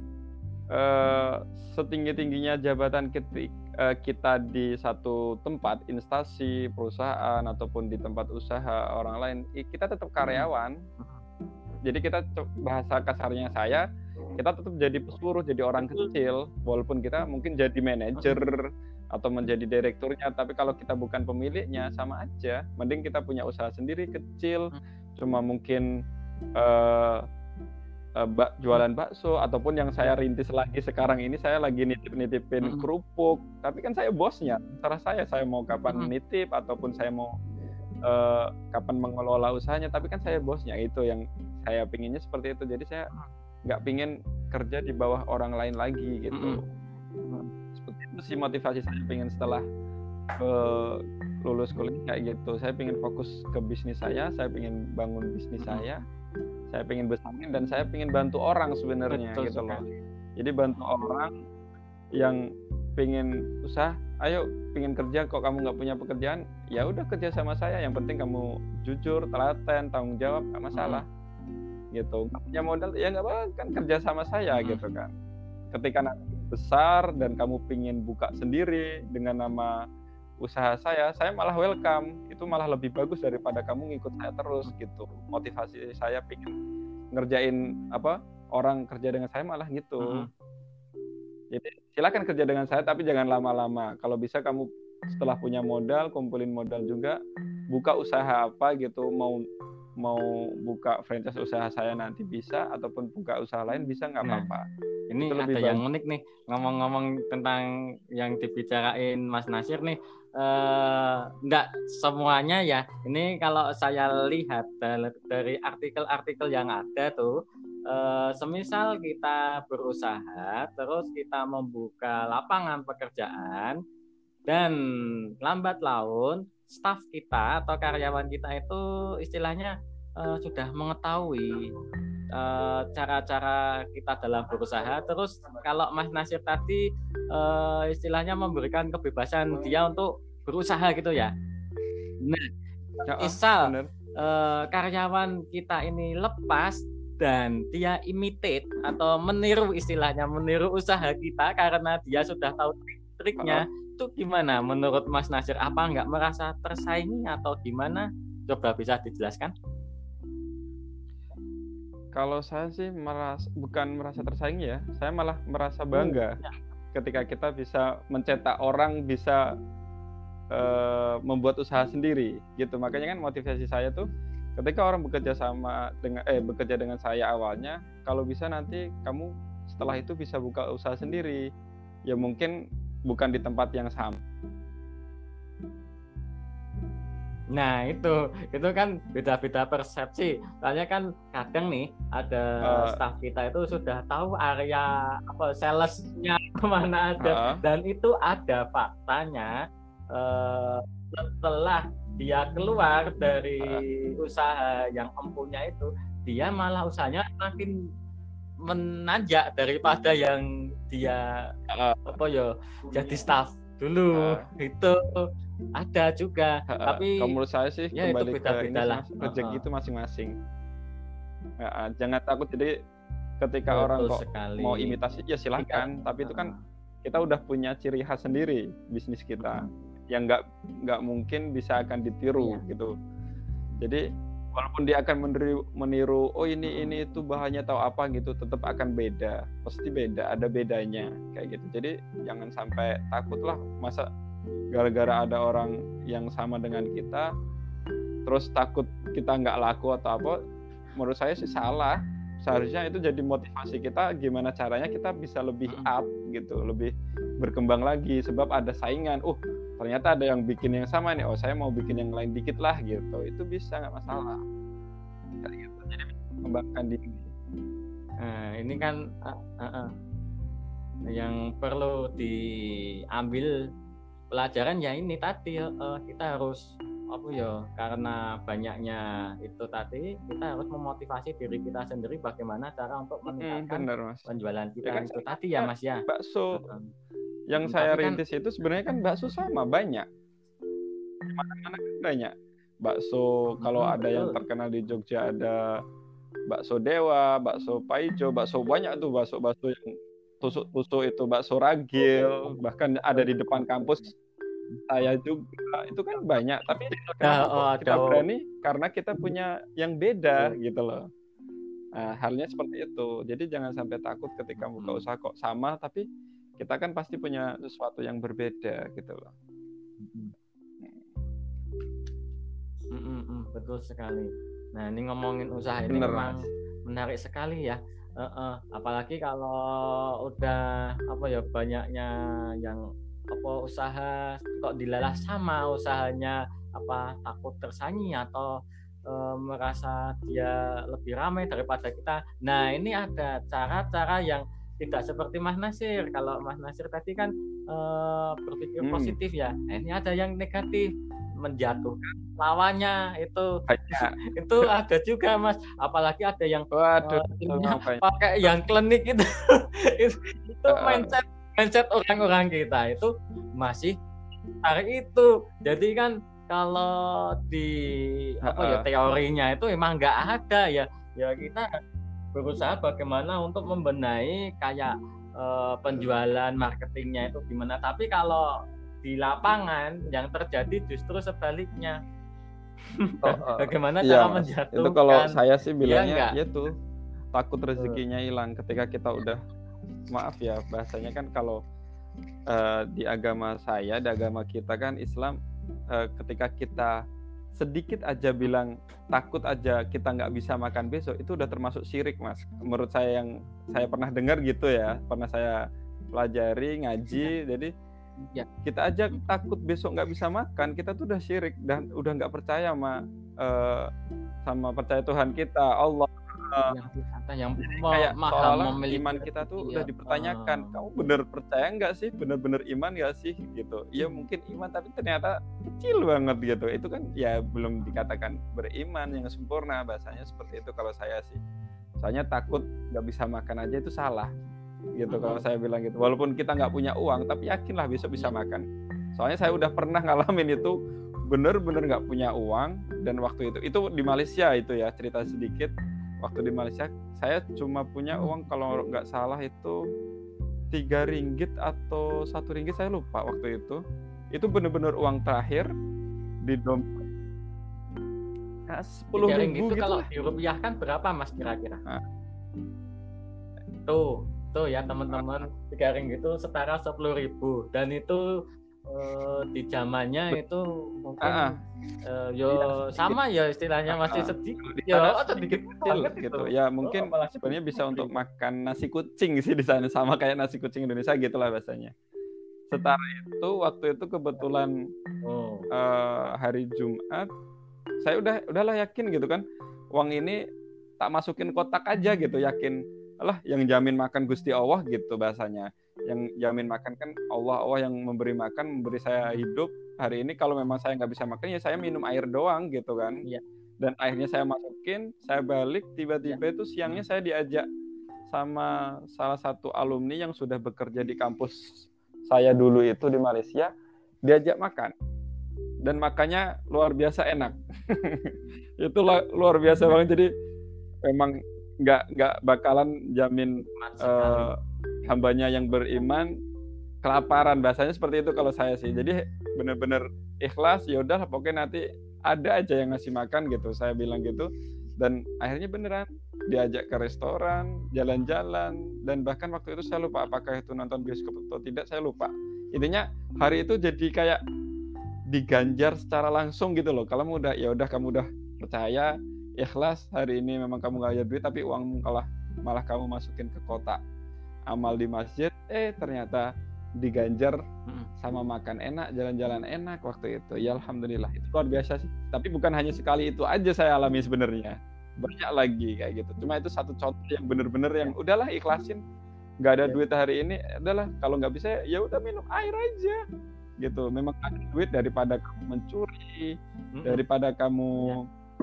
setinggi-tingginya jabatan kita di satu tempat, instansi, perusahaan ataupun di tempat usaha orang lain, kita tetap karyawan. Jadi kita, bahasa kasarnya saya, kita tetap jadi pesuruh, jadi orang kecil, walaupun kita mungkin jadi manajer atau menjadi direkturnya, tapi kalau kita bukan pemiliknya sama aja. Mending kita punya usaha sendiri kecil, cuma mungkin jualan bakso, ataupun yang saya rintis lagi sekarang ini, saya lagi nitip-nitipin kerupuk, tapi kan saya bosnya, terserah saya mau kapan nitip ataupun saya mau kapan mengelola usahanya, tapi kan saya bosnya. Itu yang saya pinginnya seperti itu. Jadi saya nggak pingin kerja di bawah orang lain lagi gitu. Seperti itu sih motivasi saya, pingin setelah lulus kuliah kayak gitu. Saya pingin fokus ke bisnis saya pingin bangun bisnis saya pingin besarin, dan saya pingin bantu orang sebenarnya. Betul, gitu loh. Jadi bantu orang yang pingin usaha, ayo pingin kerja kok kamu nggak punya pekerjaan, ya udah kerja sama saya, yang penting kamu jujur, telaten, tanggung jawab, nggak masalah. Gitu, nggak punya modal ya nggak apa, kan kerja sama saya gitu kan. Ketika nanti besar dan kamu pingin buka sendiri dengan nama usaha saya malah welcome. Itu malah lebih bagus daripada kamu ngikut saya terus gitu. Motivasi saya pingin ngerjain orang kerja dengan saya malah gitu. Jadi silakan kerja dengan saya, tapi jangan lama-lama. Kalau bisa kamu setelah punya modal, kumpulin modal juga, buka usaha apa gitu, mau buka franchise usaha saya nanti bisa, ataupun buka usaha lain bisa, nggak apa-apa. Ini ada yang unik nih, ngomong-ngomong tentang yang dibicarain Mas Nasir nih, nggak semuanya ya. Ini kalau saya lihat dari artikel-artikel yang ada tuh, semisal kita berusaha, terus kita membuka lapangan pekerjaan, dan lambat laun staf kita atau karyawan kita itu istilahnya sudah mengetahui cara-cara kita dalam berusaha. Terus kalau Mas Nasir tadi istilahnya memberikan kebebasan dia untuk berusaha gitu ya. Nah, misal karyawan kita ini lepas dan dia imitate atau meniru, istilahnya meniru usaha kita karena dia sudah tahu triknya. Itu gimana menurut Mas Nasir? Apa nggak merasa tersaingi atau gimana? Coba bisa dijelaskan. Kalau saya sih bukan merasa tersaingi ya, saya malah merasa bangga ketika kita bisa mencetak orang bisa membuat usaha sendiri gitu. Makanya kan motivasi saya tuh ketika orang bekerja dengan saya awalnya, kalau bisa nanti kamu setelah itu bisa buka usaha sendiri. Ya mungkin bukan di tempat yang sama. Nah itu kan beda-beda persepsi. Soalnya kan kadang nih ada staff kita itu sudah tahu area salesnya kemana ada, dan itu ada faktanya setelah dia keluar dari usaha yang empunya itu, dia malah usahanya makin menanjak daripada yang dia jadi staff dulu. Itu ada juga, tapi menurut saya sih ya kembali itu beda-beda lah. Rezeki itu masing-masing. Jangan takut. Jadi ketika Betul orang kok sekali. mau imitasi ya silahkan, tapi itu kan kita udah punya ciri khas sendiri bisnis kita yang nggak mungkin bisa akan ditiru gitu. Jadi walaupun dia akan meniru ini itu bahannya tahu apa gitu, tetap akan beda, pasti beda, ada bedanya kayak gitu. Jadi jangan sampai takut lah, masa gara-gara ada orang yang sama dengan kita terus takut kita nggak laku atau apa. Menurut saya sih salah. Seharusnya itu jadi motivasi kita gimana caranya kita bisa lebih up gitu, lebih berkembang lagi, sebab ada saingan. Ternyata ada yang bikin yang sama nih, saya mau bikin yang lain dikit lah gitu. Itu bisa, nggak masalah kayak gitu. Jadi mengembangkan diri. Nah ini kan yang perlu diambil pelajaran ya ini tadi, kita harus karena banyaknya itu tadi, kita harus memotivasi diri kita sendiri bagaimana cara untuk meningkatkan penjualan kita kan, itu tadi ya Mas ya. Bakso yang saya rintis itu sebenarnya kan bakso sama banyak, mana-mana kan banyak bakso. Kalau ada yang terkenal di Jogja ada bakso Dewa, bakso Paijo, bakso banyak tuh, bakso yang tusuk-tusuk itu, bakso ragil, bahkan ada di depan kampus saya juga. Itu kan banyak, tapi kita berani karena kita punya yang beda gitu loh. Nah, halnya seperti itu. Jadi jangan sampai takut ketika buka usaha kok sama, tapi kita kan pasti punya sesuatu yang berbeda gitu loh. Betul sekali. Nah ini ngomongin usaha ini memang menarik sekali ya. Apalagi kalau udah banyaknya yang usaha kok dilalah sama usahanya, takut tersaingi atau merasa dia lebih ramai daripada kita. Nah ini ada cara-cara yang tidak seperti Mas Nasir. Kalau Mas Nasir tadi kan berpikir positif ya. Nah, ini ada yang negatif, menjatuhkan lawannya itu ada juga Mas. Apalagi ada yang pakai yang klinik itu itu mindset orang-orang kita itu masih hari itu. Jadi kan kalau di teorinya itu emang nggak ada ya kita berusaha bagaimana untuk membenahi kayak penjualan, marketingnya itu gimana. Tapi kalau di lapangan yang terjadi justru sebaliknya. Bagaimana cara menjatuhkan? Itu kalau saya sih bilangnya itu takut rezekinya hilang ketika kita udah, maaf ya bahasanya kan, kalau di agama saya, di agama kita kan Islam, ketika kita sedikit aja bilang takut aja kita nggak bisa makan besok, itu udah termasuk syirik Mas. Menurut saya, yang saya pernah dengar gitu ya, pernah saya pelajari ngaji. Jadi kita aja takut besok nggak bisa makan, kita tuh udah syirik dan udah nggak percaya sama percaya Tuhan kita, Allah. Yang kayak seolah iman kita tuh udah dipertanyakan. Kamu bener percaya nggak sih, bener-bener iman nggak sih gitu. Iya mungkin iman tapi ternyata kecil banget gitu. Itu kan ya belum dikatakan beriman yang sempurna, bahasanya seperti itu kalau saya sih. Soalnya takut nggak bisa makan aja itu salah gitu kalau saya bilang gitu. Walaupun kita nggak punya uang, tapi yakinlah besok bisa makan. Soalnya saya udah pernah ngalamin itu, bener-bener nggak punya uang. Dan waktu itu di Malaysia itu ya, cerita sedikit. Waktu di Malaysia saya cuma punya uang kalau nggak salah itu Rp3 atau Rp1 saya lupa waktu itu benar-benar uang terakhir di dompet. 10.000 itu gitu kalau lah. dirupiahkan berapa Mas kira-kira? Nah. Tuh ya teman-teman, Rp3 itu setara 10.000 dan itu di zamannya itu mungkin sama ya istilahnya masih sedikit ya, sedikit banget gitu. Ya mungkin sebenarnya bisa untuk makan nasi kucing sih di sana, sama kayak nasi kucing Indonesia gitulah bahasanya. Setara itu waktu itu kebetulan hari Jumat, saya udahlah yakin gitu kan, uang ini tak masukin kotak aja gitu, yakin Allah yang jamin makan Gusti Allah gitu bahasanya. Yang jamin makan kan Allah yang memberi makan, memberi saya hidup. Hari ini kalau memang saya nggak bisa makan ya saya minum air doang gitu kan. Ya. Dan akhirnya saya masukin, saya balik, tiba-tiba itu siangnya saya diajak sama salah satu alumni yang sudah bekerja di kampus saya dulu itu di Malaysia, diajak makan. Dan makannya luar biasa enak. Itu luar biasa banget. Jadi memang nggak bakalan jamin hambanya yang beriman kelaparan, bahasanya seperti itu kalau saya sih. Jadi benar-benar ikhlas, ya udah pokoknya nanti ada aja yang ngasih makan gitu, saya bilang gitu. Dan akhirnya beneran diajak ke restoran, jalan-jalan, dan bahkan waktu itu saya lupa apakah itu nonton bioskop atau tidak, saya lupa. Intinya hari itu jadi kayak diganjar secara langsung gitu loh. Kalau kamu udah percaya, ikhlas, hari ini memang kamu gak ada duit tapi uangmu malah kamu masukin ke kotak amal di masjid, ternyata diganjar sama makan enak, jalan-jalan enak waktu itu. Ya alhamdulillah, itu luar biasa sih. Tapi bukan hanya sekali itu aja saya alami sebenarnya, banyak lagi kayak gitu. Cuma itu satu contoh yang bener-bener yang udahlah ikhlasin, nggak ada duit hari ini, adalah kalau nggak bisa ya udah minum air aja gitu. Memang ada duit daripada kamu mencuri, daripada kamu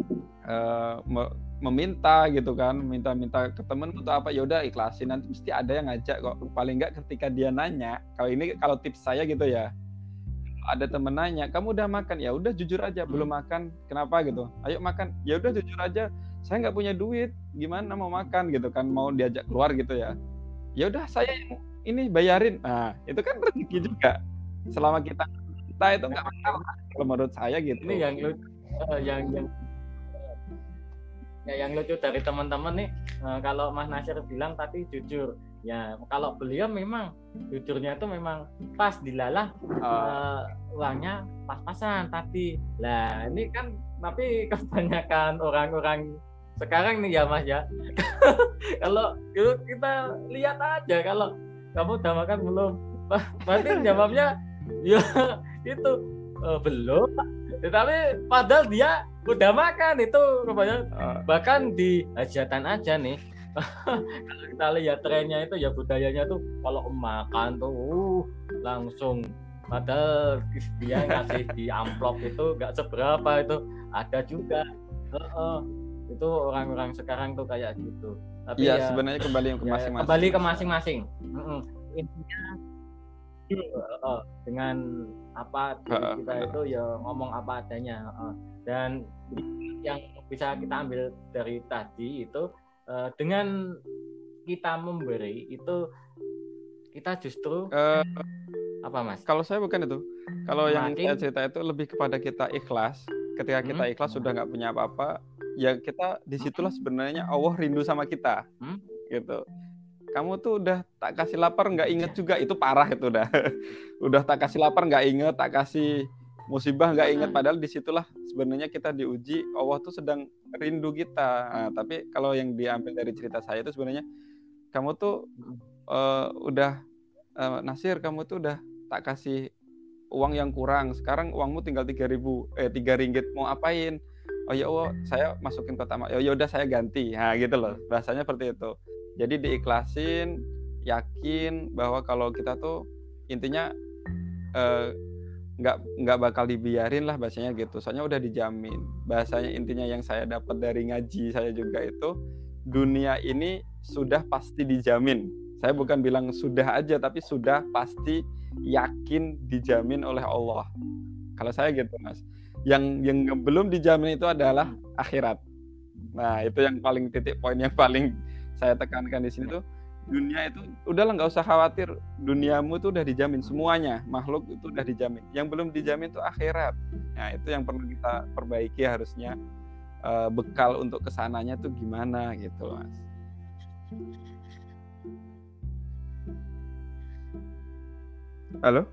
meminta gitu kan, minta ke temen atau apa, ya udah ikhlasin, nanti mesti ada yang ngajak kok. Paling nggak ketika dia nanya, kalau tips saya gitu ya, ada temen nanya, kamu udah makan? Ya udah jujur aja, belum makan. Kenapa gitu? Ayo makan. Ya udah jujur aja, saya nggak punya duit, gimana mau makan gitu kan, mau diajak keluar gitu ya. Ya udah saya yang ini bayarin. Nah itu kan rezeki juga. Selama kita itu nggak masalah kalau menurut saya gitu. Ini yang lucu dari teman-teman nih, kalau Mas Nasir bilang tadi jujur, ya kalau beliau memang jujurnya itu memang pas dilalah, uangnya pas-pasan tadi. Lah ini kan tapi kebanyakan orang-orang sekarang nih ya Mas ya. Kalau kita lihat aja, kalau kamu udah makan belum? Berarti jawabnya ya itu belum. Tapi padahal dia udah makan itu kebanyakan. Bahkan di hajatan aja nih. Kalau kita lihat trennya itu ya, budayanya tuh kalau makan tuh langsung, padahal dia ngasih di amplop itu nggak seberapa, itu ada juga. Itu orang-orang sekarang tuh kayak gitu. Tapi ya sebenarnya kembali ke masing-masing. Kembali ke masing-masing. Intinya dengan apa kita itu ya ngomong apa adanya. Dan yang bisa kita ambil dari tadi itu, dengan kita memberi itu kita justru apa Mas? Kalau saya bukan itu. Kalau yang saya cerita itu lebih kepada kita ikhlas. Ketika kita ikhlas sudah nggak punya apa-apa, ya kita disitulah sebenarnya Allah rindu sama kita, gitu. Kamu tuh udah tak kasih lapar nggak inget juga, itu parah itu udah. Udah tak kasih lapar nggak inget, tak kasih musibah nggak inget, padahal disitulah sebenarnya kita diuji, Allah tuh sedang rindu kita. Nah, tapi kalau yang diambil dari cerita saya itu sebenarnya kamu tuh udah Nasir, kamu tuh udah tak kasih uang yang kurang, sekarang uangmu tinggal 3 ringgit, mau apain? Oh ya Allah, saya masukin kotak amal. Ya udah saya ganti. Nah gitu loh, bahasanya seperti itu. Jadi diikhlasin, yakin bahwa kalau kita tuh intinya nggak bakal dibiarin lah bahasanya gitu. Soalnya udah dijamin. Bahasanya intinya yang saya dapat dari ngaji saya juga itu, dunia ini sudah pasti dijamin. Saya bukan bilang sudah aja, tapi sudah pasti, yakin dijamin oleh Allah. Kalau saya gitu Mas. Yang belum dijamin itu adalah akhirat. Nah itu yang paling titik poin yang paling saya tekankan di sini tuh, dunia itu udahlah, nggak usah khawatir, duniamu itu udah dijamin, semuanya makhluk itu udah dijamin. Yang belum dijamin itu akhirat. Nah itu yang perlu kita perbaiki harusnya, bekal untuk kesananya tuh gimana gitu Mas. Halo?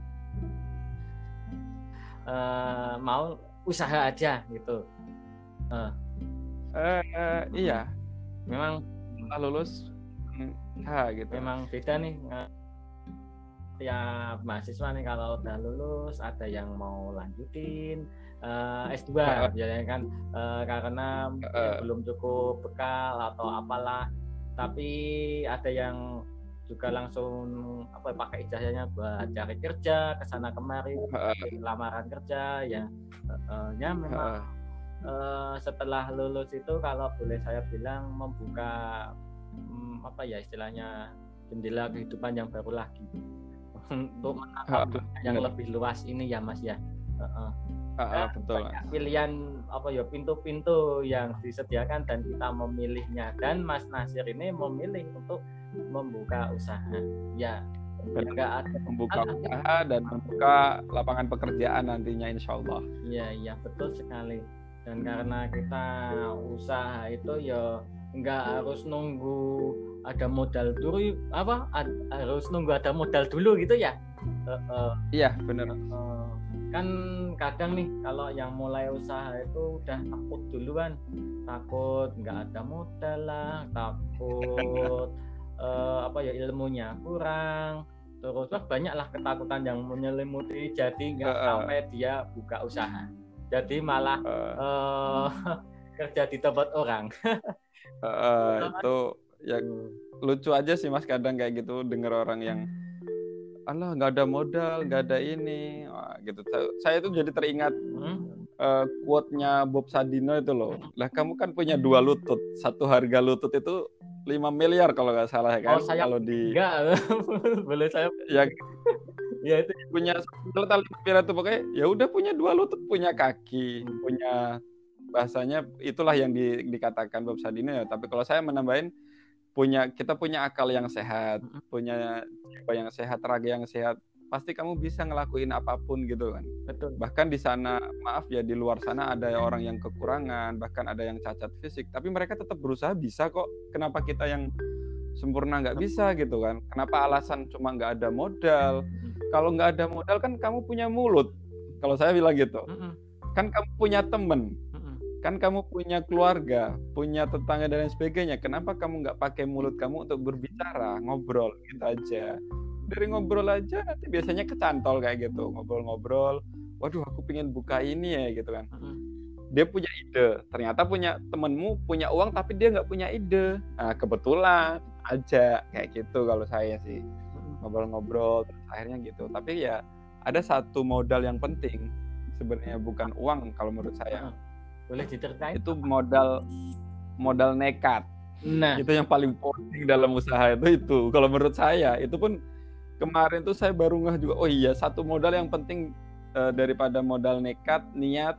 Mau usaha aja gitu. Iya. Memang Setelah lulus gitu. Memang beda nih tiap mahasiswa nih, kalau udah lulus ada yang mau lanjutin S2 biasanya kan, karena belum cukup bekal atau apalah, tapi ada yang juga langsung pakai ijazahnya buat cari kerja kesana kemari, lamaran kerja ya. Memang setelah lulus itu kalau boleh saya bilang membuka istilahnya jendela kehidupan yang baru lagi untuk menatap yang lebih luas ini ya Mas ya. Betul. Pilihan pintu-pintu yang disediakan dan kita memilihnya, dan Mas Nasir ini memilih untuk membuka usaha ya. Enggak ada membuka usaha dan membuka lapangan pekerjaan nantinya insyaallah. Iya betul sekali. Dan karena kita usaha itu ya nggak harus nunggu ada modal dulu, harus nunggu ada modal dulu gitu ya. Iya benar. Kan kadang nih kalau yang mulai usaha itu udah takut duluan, takut nggak ada modal lah, takut ilmunya kurang, terus banyaklah ketakutan yang menyelimuti, jadi nggak sampai dia buka usaha, jadi malah kerja di tempat orang. Itu ya lucu aja sih Mas, kadang kayak gitu denger orang yang Allah nggak ada modal, nggak ada ini. Wah, gitu. Saya tuh jadi teringat quote-nya Bob Sadino itu loh. Lah kamu kan punya 2 lutut, satu harga lutut itu 5 miliar kalau nggak salah kan. Kalau di enggak boleh saya ya itu punya total 5 miliar itu pokoknya ya udah punya 2 lutut, punya kaki, punya, bahasanya itulah yang dikatakan Bob Sadino ya. Tapi kalau saya menambahin, kita punya akal yang sehat, punya jiwa yang sehat, raga yang sehat, pasti kamu bisa ngelakuin apapun gitu kan. Betul. Bahkan di sana, maaf ya, di luar sana ada orang yang kekurangan, bahkan ada yang cacat fisik, tapi mereka tetap berusaha bisa kok. Kenapa kita yang sempurna nggak bisa gitu kan? Kenapa alasan cuma nggak ada modal? Kalau nggak ada modal kan kamu punya mulut. Kalau saya bilang gitu, kan kamu punya temen. Kan kamu punya keluarga, punya tetangga dan lain sebagainya. Kenapa kamu nggak pakai mulut kamu untuk berbicara, ngobrol gitu aja? Dari ngobrol aja nanti biasanya kecantol kayak gitu, ngobrol-ngobrol. Waduh, aku pengen buka ini ya gitu kan. Dia punya ide, ternyata punya temenmu punya uang tapi dia nggak punya ide. Nah kebetulan aja kayak gitu kalau saya sih, ngobrol-ngobrol terus akhirnya gitu. Tapi ya ada satu modal yang penting sebenarnya, bukan uang kalau menurut saya. Boleh diceritain? Itu modal nekat. Nah, itu yang paling penting dalam usaha itu. Kalau menurut saya, itu pun kemarin tuh saya baru ngeh juga. Oh iya, satu modal yang penting daripada modal nekat, niat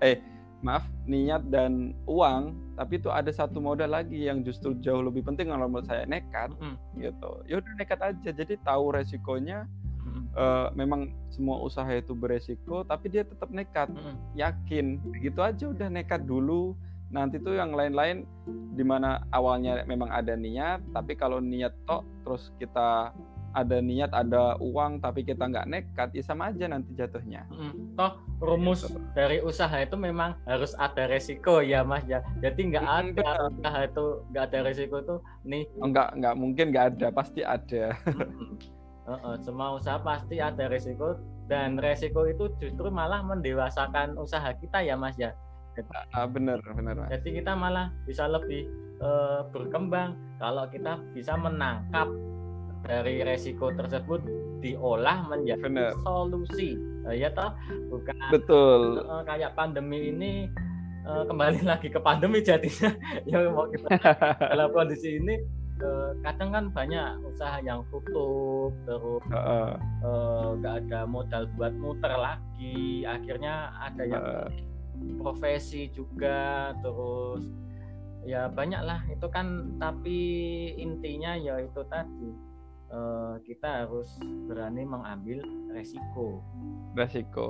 dan uang. Tapi itu ada satu modal lagi yang justru jauh lebih penting kalau menurut saya, nekat. Gitu. Ya udah nekat aja. Jadi tahu resikonya. Memang semua usaha itu beresiko, tapi dia tetap nekat, yakin, gitu aja udah nekat dulu. Nanti tuh yang lain-lain, dimana awalnya memang ada niat, tapi kalau niat terus kita ada niat, ada uang, tapi kita nggak nekat, ya sama aja nanti jatuhnya. Rumus dari usaha itu memang harus ada resiko ya Mas ya. Jadi nggak ada usaha itu nggak ada resiko tuh nih. Nggak mungkin nggak ada, pasti ada. Semua usaha pasti ada resiko, dan resiko itu justru malah mendewasakan usaha kita ya Mas ya. Bener Mas. Jadi kita malah bisa lebih berkembang kalau kita bisa menangkap dari resiko tersebut, diolah menjadi solusi. Ya toh, bukan betul. Kayak pandemi ini, kembali lagi ke pandemi jadinya yang mau kita dalam kondisi ini. Kadang kan banyak usaha yang tutup, terus nggak ada modal buat muter lagi, akhirnya ada yang profesi juga, terus ya banyak lah itu kan, tapi intinya ya itu tadi, kita harus berani mengambil resiko Mas.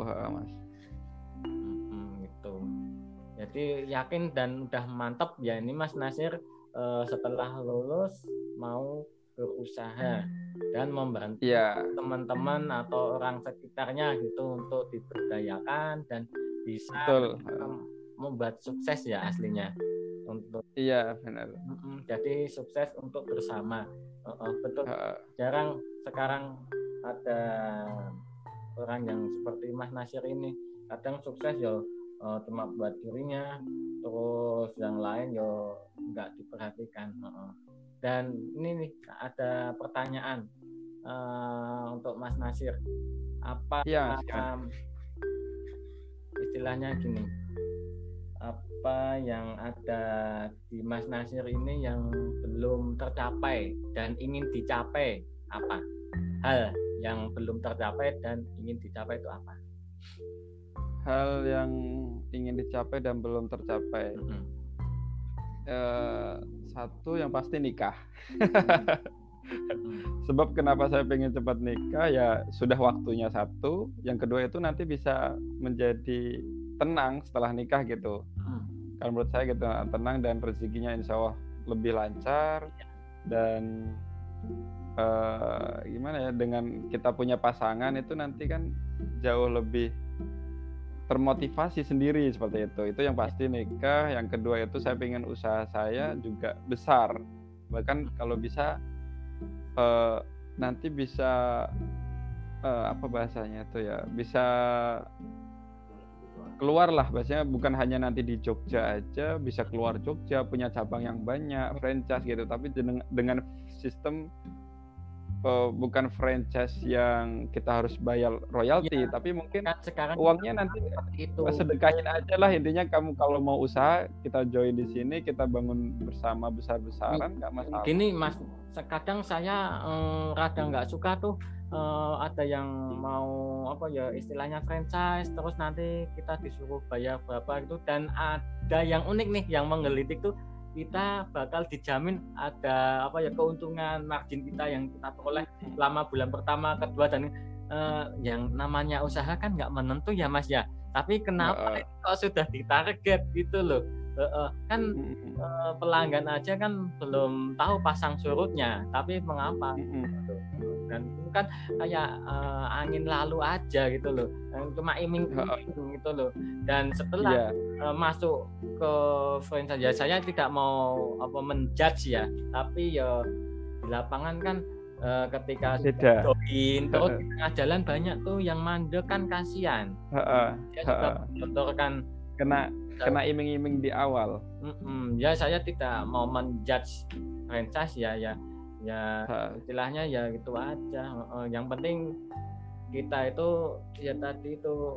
gitu. Jadi yakin dan udah mantap ya ini Mas Nasir, setelah lulus mau berusaha dan membantu teman-teman atau orang sekitarnya gitu untuk diberdayakan dan bisa membuat sukses ya aslinya untuk benar. Jadi sukses untuk bersama. Betul. Jarang sekarang ada orang yang seperti Mas Nasir ini, kadang sukses ya cuma buat dirinya, terus yang lain ya nggak diperhatikan. Dan ini nih ada pertanyaan untuk Mas Nasir, apa istilahnya gini, apa yang ada di Mas Nasir ini yang belum tercapai dan ingin dicapai, apa hal yang belum tercapai dan ingin dicapai itu apa? Hal yang ingin dicapai dan belum tercapai, satu yang pasti nikah. Sebab kenapa saya pengen cepat nikah ya sudah waktunya satu, yang kedua itu nanti bisa menjadi tenang setelah nikah gitu. Kalau menurut saya gitu, tenang dan rezekinya insya Allah lebih lancar, dan gimana ya, dengan kita punya pasangan itu nanti kan jauh lebih termotivasi sendiri seperti itu yang pasti nikah. Yang kedua itu saya pengen usaha saya juga besar, bahkan kalau bisa nanti bisa apa bahasanya itu ya, bisa keluar lah bahasanya, bukan hanya nanti di Jogja aja, bisa keluar Jogja, punya cabang yang banyak, franchise gitu, tapi dengan sistem bukan franchise yang kita harus bayar royalti, tapi mungkin kan sekarang uangnya nanti itu sedekahin aja lah. Intinya kamu kalau mau usaha, kita join di sini, kita bangun bersama besar-besaran, nggak masalah. Gini Mas, kadang saya rada nggak suka tuh ada yang mau apa ya istilahnya franchise, terus nanti kita disuruh bayar berapa gitu, dan ada yang unik nih, yang menggelitik tuh, kita bakal dijamin ada apa ya keuntungan margin kita yang kita peroleh selama bulan pertama, kedua, dan yang namanya usaha kan nggak menentu ya Mas ya. Tapi kenapa kok sudah ditarget gitu loh? Kan pelanggan aja kan belum tahu pasang surutnya, tapi mengapa? Dan itu kan kayak angin lalu aja gitu loh, cuma iming-iming gitu loh. Dan setelah masuk ke franchise ya, saya tidak mau menjudge ya, tapi ya di lapangan kan ketika join terus di tengah jalan banyak tuh yang mandek kan, kasihan. Dia sudah mendonorkan kena iming-iming di awal. Ya saya tidak mau menjudge franchise ya istilahnya ya gitu aja. Yang penting kita itu ya tadi itu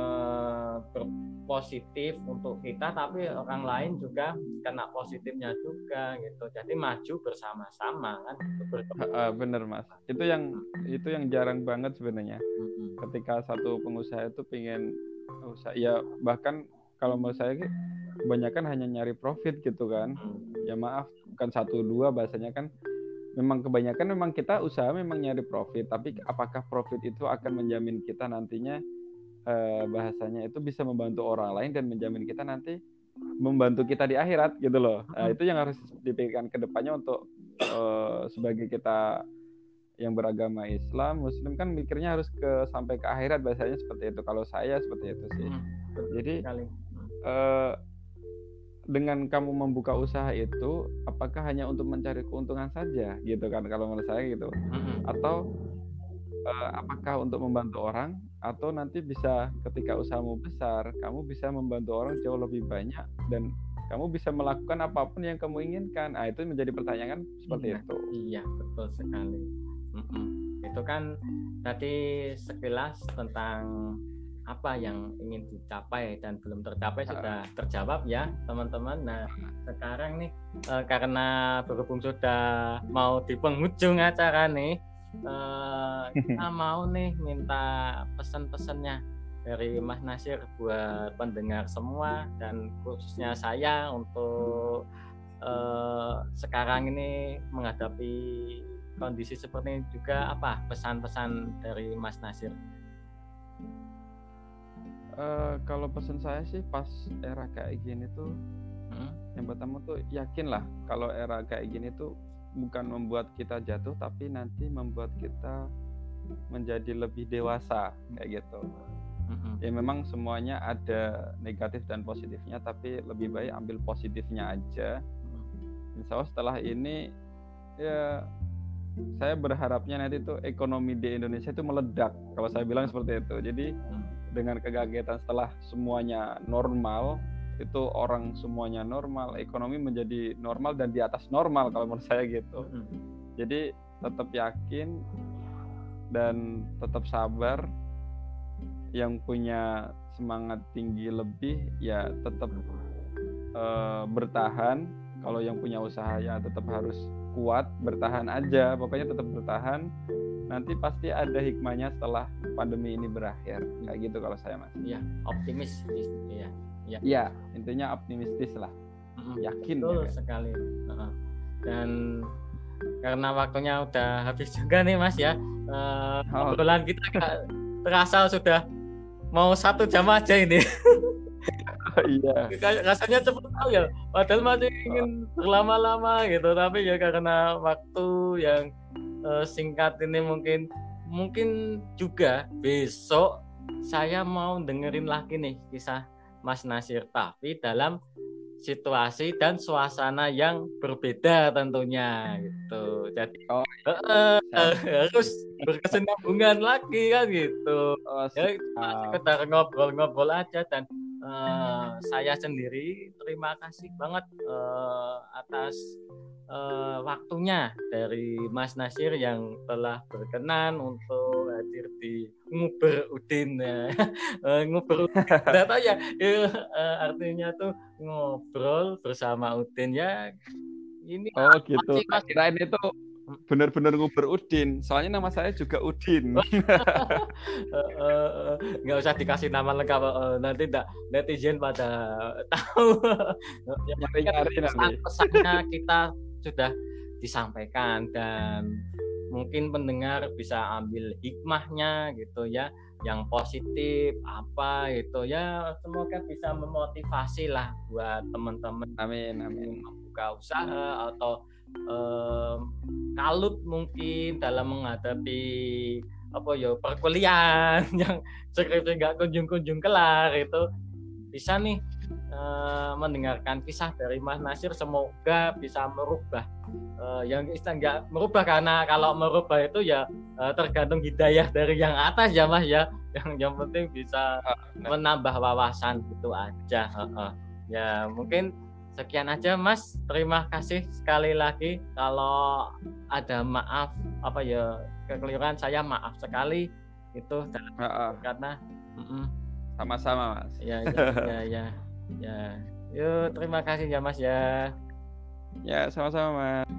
berpositif untuk kita, tapi orang lain juga kena positifnya juga gitu. Jadi maju bersama-sama kan. Bener Mas. Itu yang jarang banget sebenarnya. Ketika satu pengusaha itu pengen usaha, ya bahkan kalau menurut saya kebanyakan hanya nyari profit gitu kan. Ya maaf, bukan 1-2 bahasanya kan. Memang kebanyakan memang kita usaha memang nyari profit, tapi apakah profit itu akan menjamin kita nantinya bahasanya itu bisa membantu orang lain dan menjamin kita nanti membantu kita di akhirat gitu loh. Itu yang harus dipikirkan ke depannya untuk sebagai kita yang beragama Islam, Muslim kan mikirnya harus sampai ke akhirat bahasanya seperti itu. Kalau saya seperti itu sih. Jadi dengan kamu membuka usaha itu, apakah hanya untuk mencari keuntungan saja gitu kan, kalau menurut saya gitu, atau apakah untuk membantu orang, atau nanti bisa ketika usahamu besar, kamu bisa membantu orang jauh lebih banyak dan kamu bisa melakukan apapun yang kamu inginkan. Itu menjadi pertanyaan seperti itu. Iya, betul sekali. Itu kan tadi sekilas tentang apa yang ingin dicapai dan belum tercapai sudah terjawab ya teman-teman. Nah sekarang nih karena berhubung sudah mau di penghujung acara nih, kita mau nih minta pesan-pesannya dari Mas Nasir buat pendengar semua, dan khususnya saya untuk sekarang ini menghadapi kondisi seperti ini juga, apa pesan-pesan dari Mas Nasir? Kalau pesan saya sih pas era kayak gini tuh, yang pertama tuh yakinlah kalau era kayak gini tuh bukan membuat kita jatuh, tapi nanti membuat kita menjadi lebih dewasa kayak gitu. Ya memang semuanya ada negatif dan positifnya, tapi lebih baik ambil positifnya aja. Insya Allah setelah ini ya saya berharapnya nanti tuh ekonomi di Indonesia itu meledak, kalau saya bilang seperti itu. Jadi dengan kekagetan setelah semuanya normal, itu orang semuanya normal, ekonomi menjadi normal dan di atas normal kalau menurut saya gitu. Jadi tetap yakin dan tetap sabar. Yang punya semangat tinggi lebih ya tetap bertahan. Kalau yang punya usaha ya tetap harus kuat, bertahan aja, pokoknya tetap bertahan. Nanti pasti ada hikmahnya setelah pandemi ini berakhir, kayak gitu kalau saya, Mas. Iya, optimis ya. Iya, intinya optimistis lah. Yakin. Betul sekali. Dan karena waktunya udah habis juga nih, Mas ya. Obrolan kita terasa sudah mau 1 jam aja ini. Iya. Rasanya cepet tahu ya. Padahal masih ingin berlama-lama gitu, tapi ya karena waktu yang singkat ini mungkin juga besok saya mau dengerin lagi nih kisah Mas Nasir, tapi dalam situasi dan suasana yang berbeda tentunya gitu. Jadi harus berkesinambungan lagi kan gitu. Ya sekedar ngobrol-ngobrol aja. Dan saya sendiri terima kasih banget atas waktunya dari Mas Nasir yang telah berkenan untuk hadir di Nguber Udin ya. Nguber Udin data ya, artinya tuh ngobrol bersama Udin ya. Ini gitu. Kirain itu benar-benar Nguber Udin, soalnya nama saya juga Udin. Nggak usah dikasih nama lengkap, nanti netizen pada tahu. Pesannya kita sudah disampaikan dan mungkin pendengar bisa ambil hikmahnya gitu ya, yang positif apa gitu ya. Semoga bisa memotivasi lah buat teman-teman. Amin. Membuka usaha atau kalut mungkin dalam menghadapi perkuliahan yang skripsi nggak kunjung kelar, itu bisa nih mendengarkan kisah dari Mas Nasir. Semoga bisa merubah, yang nggak merubah, karena kalau merubah itu ya tergantung hidayah dari yang atas ya Mas ya. Yang penting bisa menambah wawasan gitu aja. Ya mungkin sekian aja Mas, terima kasih sekali lagi. Kalau ada maaf kekeliruan, saya maaf sekali itu karena sama-sama Mas. Ya. Yuk, terima kasih ya Mas ya. Ya, sama-sama Mas.